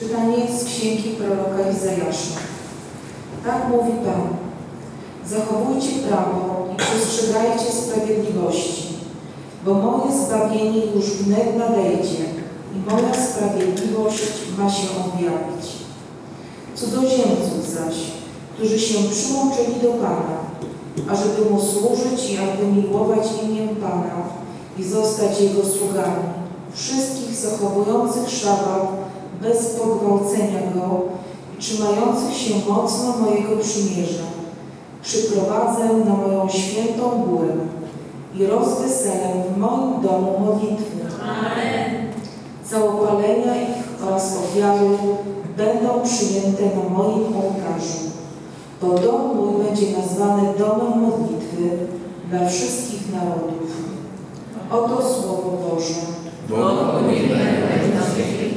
Czytanie z księgi proroka Izajasza. Tak mówi Pan. Zachowujcie prawo i przestrzegajcie sprawiedliwości, bo moje zbawienie już wnet nadejdzie i moja sprawiedliwość ma się objawić. Cudzoziemców zaś, którzy się przyłączyli do Pana, ażeby Mu służyć i aby miłować imię Pana i zostać Jego sługami, wszystkich zachowujących szabat bez pogwałcenia Go i trzymających się mocno mojego przymierza, przyprowadzę na moją świętą górę i rozweselę w moim domu modlitwy. Amen. Całopalenia ich oraz ofiary będą przyjęte na moim ołtarzu, bo dom mój będzie nazwany domem modlitwy dla wszystkich narodów. Oto Słowo Boże. Bogu miłego na wieki.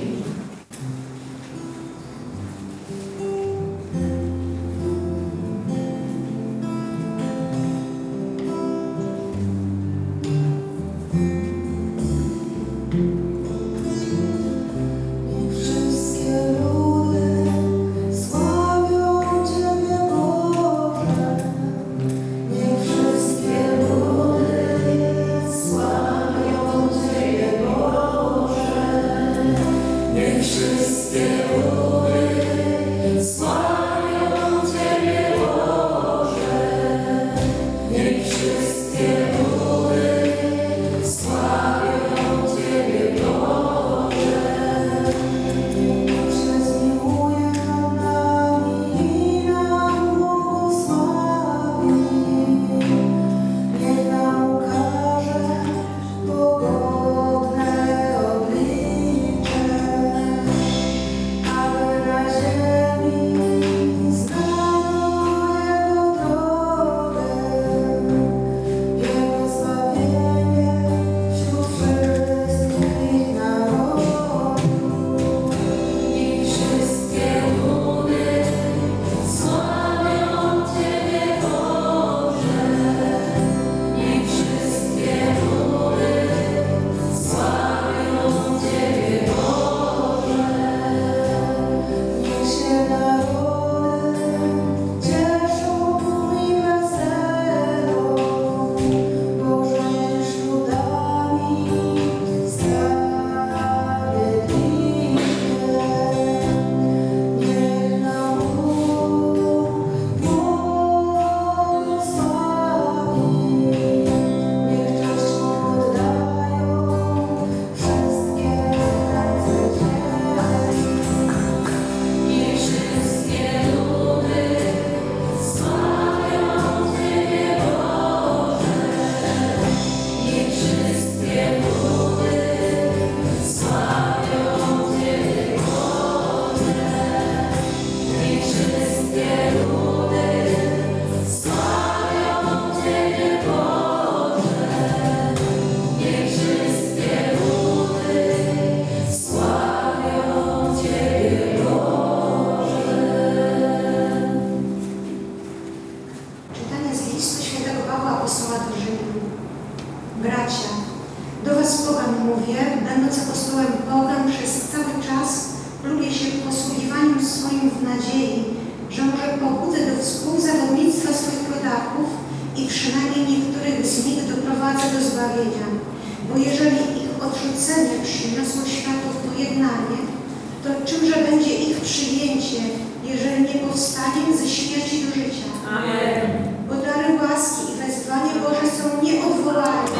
Bracia, do was pogan mówię, będąc apostołem pogan przez cały czas, lubię się posługiwaniem swoim w nadziei, że może pobudzę do współzawodnictwa swoich rodaków i przynajmniej niektórych z nich doprowadzę do zbawienia. Bo jeżeli ich odrzucenie przyniosło światu pojednanie, to czymże będzie ich przyjęcie, jeżeli nie powstaniem ze śmierci do życia? Amen. Bo dary łaski i wezwanie Boże są nieodwołalne.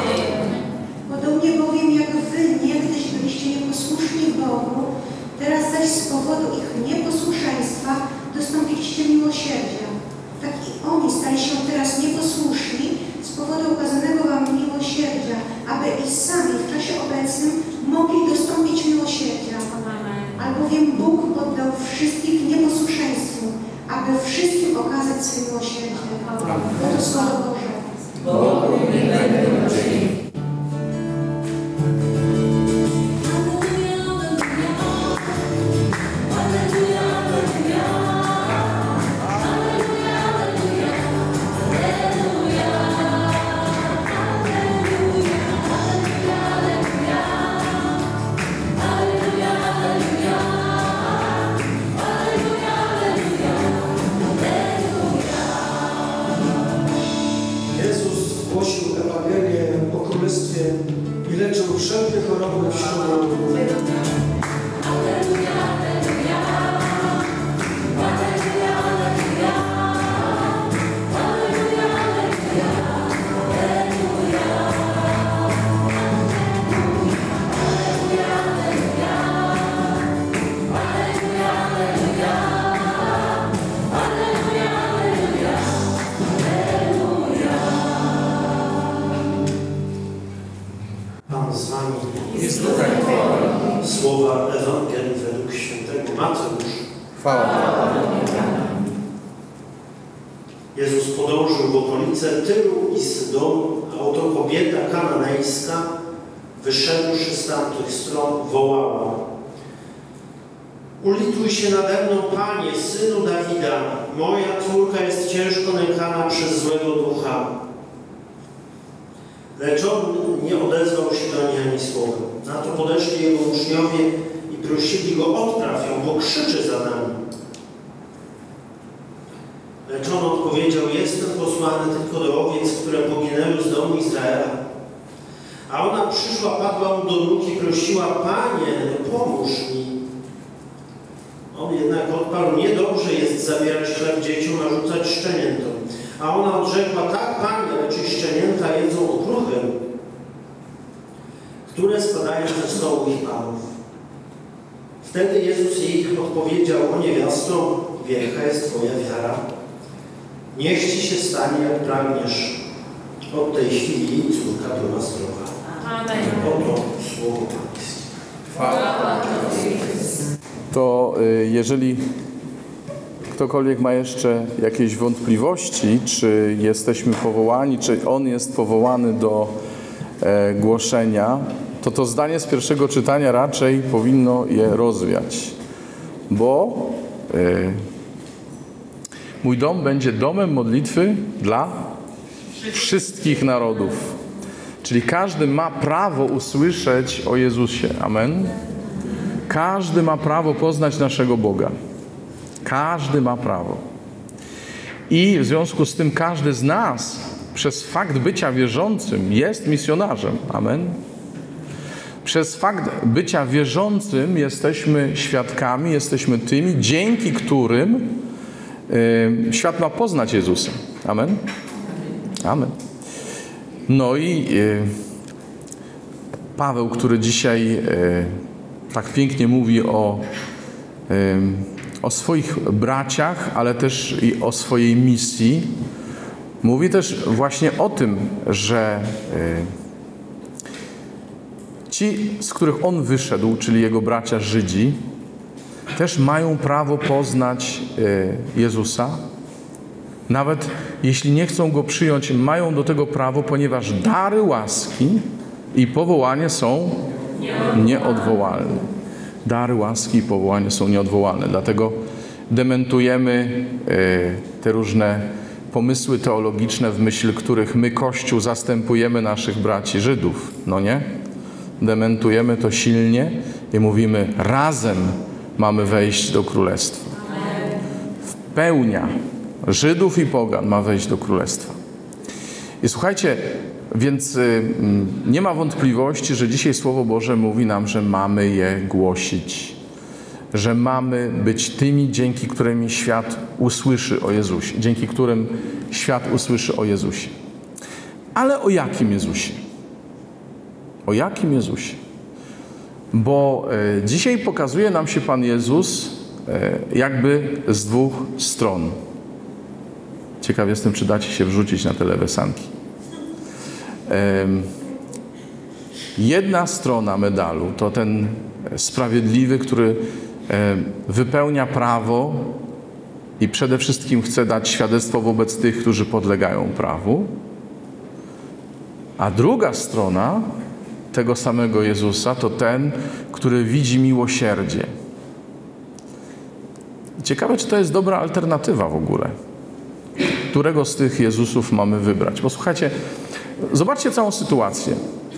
Podobnie bowiem jak wy niegdyś byliście nieposłuszni Bogu, teraz zaś z powodu ich nieposłuszeństwa dostąpiliście miłosierdzia. Tak i oni stali się teraz nieposłuszni z powodu okazanego wam miłosierdzia, aby i sami w czasie obecnym mogli dostąpić miłosierdzia. Albowiem Bóg poddał wszystkich nieposłuszeństwu, aby wszystkim okazać swe miłosierdzie. Oto Słowo Boże. Bogu miłego na wieki. Mateusz. Chwała. Jezus podążył w okolice Tyru i Sydonu, a oto kobieta kananejska, wyszedłszy z tamtych stron, wołała: ulituj się nade mną, Panie, Synu Dawida, moja córka jest ciężko nękana przez złego ducha. Lecz on nie odezwał się do niej ani słowem. Na to podeszli jego uczniowie i prosili go: odpraw ją, bo krzyczy za nami. Lecz on odpowiedział: jestem posłany tylko do owiec, które poginęły z domu Izraela. A ona przyszła, padła mu do nóg i prosiła: Panie, pomóż mi. On jednak odparł: niedobrze jest zabierać chleb dzieciom, a rzucać szczeniętom. A ona odrzekła: tak, Panie, lecz i szczenięta jedzą okruchy, które spadają ze stołu ich panów. Wtedy Jezus jej odpowiedział: o niewiasto, wielka jest Twoja wiara. Niech Ci się stanie, jak pragniesz. Od tej chwili jej córka była zdrowa. Amen. Oto słowo Pańskie. Chwała Tobie. To jeżeli ktokolwiek ma jeszcze jakieś wątpliwości, czy jesteśmy powołani, czy on jest powołany do głoszenia, to zdanie z pierwszego czytania raczej powinno je rozwiać. Bo mój dom będzie domem modlitwy dla wszystkich narodów. Czyli każdy ma prawo usłyszeć o Jezusie. Amen. Każdy ma prawo poznać naszego Boga. Każdy ma prawo. I w związku z tym każdy z nas przez fakt bycia wierzącym jest misjonarzem. Amen. Przez fakt bycia wierzącym jesteśmy świadkami, jesteśmy tymi, dzięki którym świat ma poznać Jezusa. Amen. Amen. No i Paweł, który dzisiaj tak pięknie mówi o swoich braciach, ale też i o swojej misji, mówi też właśnie o tym, że ci, z których on wyszedł, czyli jego bracia Żydzi, też mają prawo poznać Jezusa. Nawet jeśli nie chcą Go przyjąć, mają do tego prawo, ponieważ dary łaski i powołanie są nieodwołalne. Dary łaski i powołanie są nieodwołalne. Dlatego dementujemy te różne pomysły teologiczne, w myśl których my, Kościół, zastępujemy naszych braci Żydów. No nie? Dementujemy to silnie i mówimy: razem mamy wejść do Królestwa. Pełnia Żydów i pogan ma wejść do Królestwa. I słuchajcie, więc nie ma wątpliwości, że dzisiaj Słowo Boże mówi nam, że mamy je głosić. Że mamy być tymi, dzięki którym świat usłyszy o Jezusie. Dzięki którym świat usłyszy o Jezusie. Ale o jakim Jezusie? O jakim Jezusie? Bo dzisiaj pokazuje nam się Pan Jezus jakby z dwóch stron. Ciekaw jestem, czy dacie się wrzucić na te lewe sanki. Jedna strona medalu to ten sprawiedliwy, który wypełnia prawo i przede wszystkim chce dać świadectwo wobec tych, którzy podlegają prawu. A druga strona tego samego Jezusa to ten, który widzi miłosierdzie. Ciekawe, czy to jest dobra alternatywa w ogóle. Którego z tych Jezusów mamy wybrać? Bo słuchajcie, zobaczcie całą sytuację.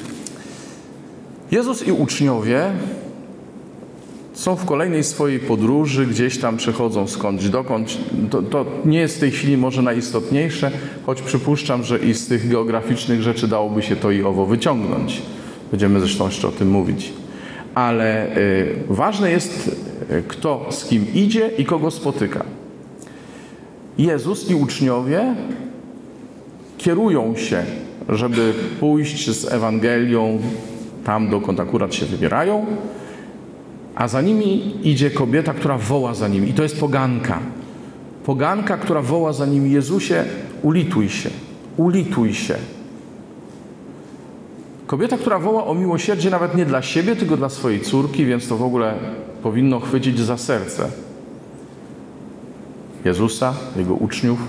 Jezus i uczniowie są w kolejnej swojej podróży, gdzieś tam przechodzą skądś dokąd. To nie jest w tej chwili może najistotniejsze, choć przypuszczam, że i z tych geograficznych rzeczy dałoby się to i owo wyciągnąć. Będziemy zresztą jeszcze o tym mówić. Ale ważne jest, kto z kim idzie i kogo spotyka. Jezus i uczniowie kierują się, żeby pójść z Ewangelią tam, dokąd akurat się wybierają, a za nimi idzie kobieta, która woła za nimi. I to jest poganka. Poganka, która woła za nimi: Jezusie, ulituj się, ulituj się. Kobieta, która woła o miłosierdzie nawet nie dla siebie, tylko dla swojej córki, więc to w ogóle powinno chwycić za serce Jezusa, Jego uczniów.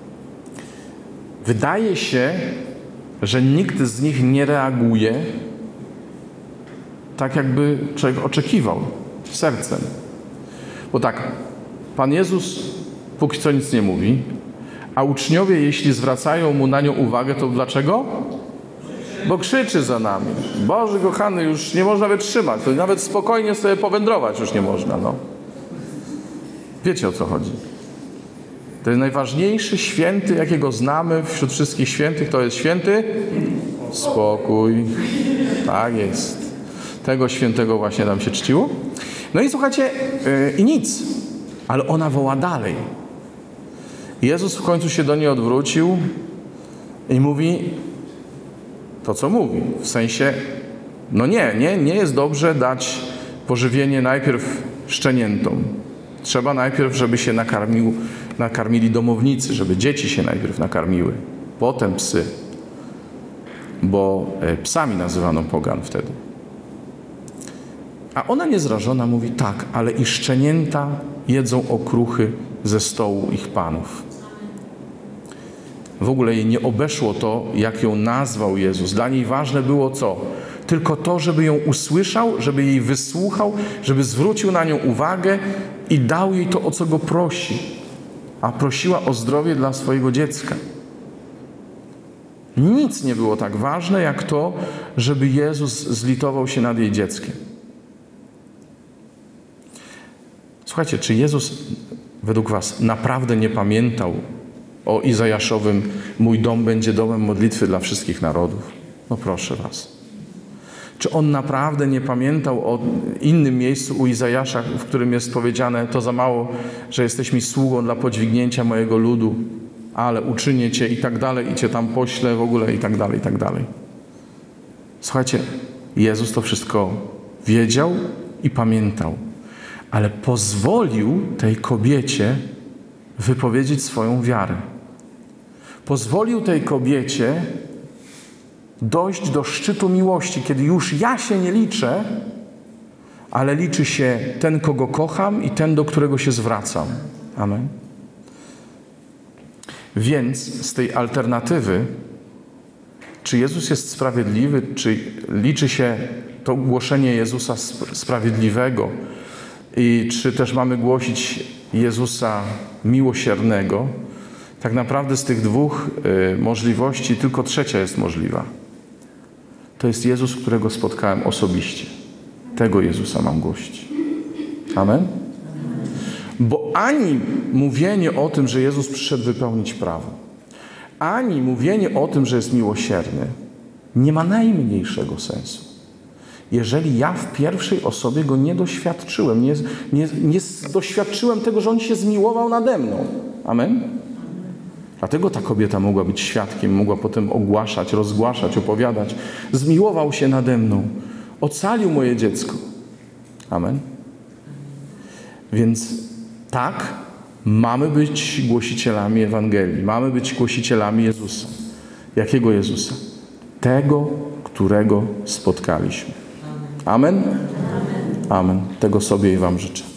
Wydaje się, że nikt z nich nie reaguje tak, jakby człowiek oczekiwał sercem. Bo tak, Pan Jezus póki co nic nie mówi, a uczniowie, jeśli zwracają mu na nią uwagę, to dlaczego? Bo krzyczy za nami. Boże kochany, już nie można wytrzymać. To nawet spokojnie sobie powędrować już nie można. No. Wiecie, o co chodzi. To jest najważniejszy święty, jakiego znamy wśród wszystkich świętych. To jest święty spokój. Tak jest. Tego świętego właśnie nam się czciło. No i słuchajcie, i nic. Ale ona woła dalej. Jezus w końcu się do niej odwrócił i mówi to, co mówi. W sensie, no nie jest dobrze dać pożywienie najpierw szczeniętom. Trzeba najpierw, żeby się nakarmili domownicy, żeby dzieci się najpierw nakarmiły. Potem psy. Bo psami nazywano pogan wtedy. A ona niezrażona mówi tak, ale i szczenięta jedzą okruchy ze stołu ich panów. W ogóle jej nie obeszło to, jak ją nazwał Jezus. Dla niej ważne było co? Tylko to, żeby ją usłyszał, żeby jej wysłuchał, żeby zwrócił na nią uwagę i dał jej to, o co go prosi. A prosiła o zdrowie dla swojego dziecka. Nic nie było tak ważne, jak to, żeby Jezus zlitował się nad jej dzieckiem. Słuchajcie, czy Jezus według was naprawdę nie pamiętał o Izajaszowym mój dom będzie domem modlitwy dla wszystkich narodów? No proszę was. Czy on naprawdę nie pamiętał o innym miejscu u Izajasza, w którym jest powiedziane, to za mało, że jesteś mi sługą dla podźwignięcia mojego ludu, ale uczynię cię i tak dalej, i cię tam poślę w ogóle i tak dalej, i tak dalej. Słuchajcie, Jezus to wszystko wiedział i pamiętał, ale pozwolił tej kobiecie wypowiedzieć swoją wiarę. Pozwolił tej kobiecie dojść do szczytu miłości, kiedy już ja się nie liczę, ale liczy się ten, kogo kocham i ten, do którego się zwracam. Amen. Więc z tej alternatywy, czy Jezus jest sprawiedliwy, czy liczy się to głoszenie Jezusa sprawiedliwego i czy też mamy głosić Jezusa miłosiernego, tak naprawdę z tych dwóch możliwości tylko trzecia jest możliwa. To jest Jezus, którego spotkałem osobiście. Tego Jezusa mam głosić. Amen? Bo ani mówienie o tym, że Jezus przyszedł wypełnić prawo, ani mówienie o tym, że jest miłosierny, nie ma najmniejszego sensu. Jeżeli ja w pierwszej osobie Go nie doświadczyłem, nie doświadczyłem tego, że On się zmiłował nade mną. Amen? Dlatego ta kobieta mogła być świadkiem, mogła potem ogłaszać, rozgłaszać, opowiadać. Zmiłował się nade mną. Ocalił moje dziecko. Amen? Więc tak, mamy być głosicielami Ewangelii. Mamy być głosicielami Jezusa. Jakiego Jezusa? Tego, którego spotkaliśmy. Amen? Amen. Tego sobie i wam życzę.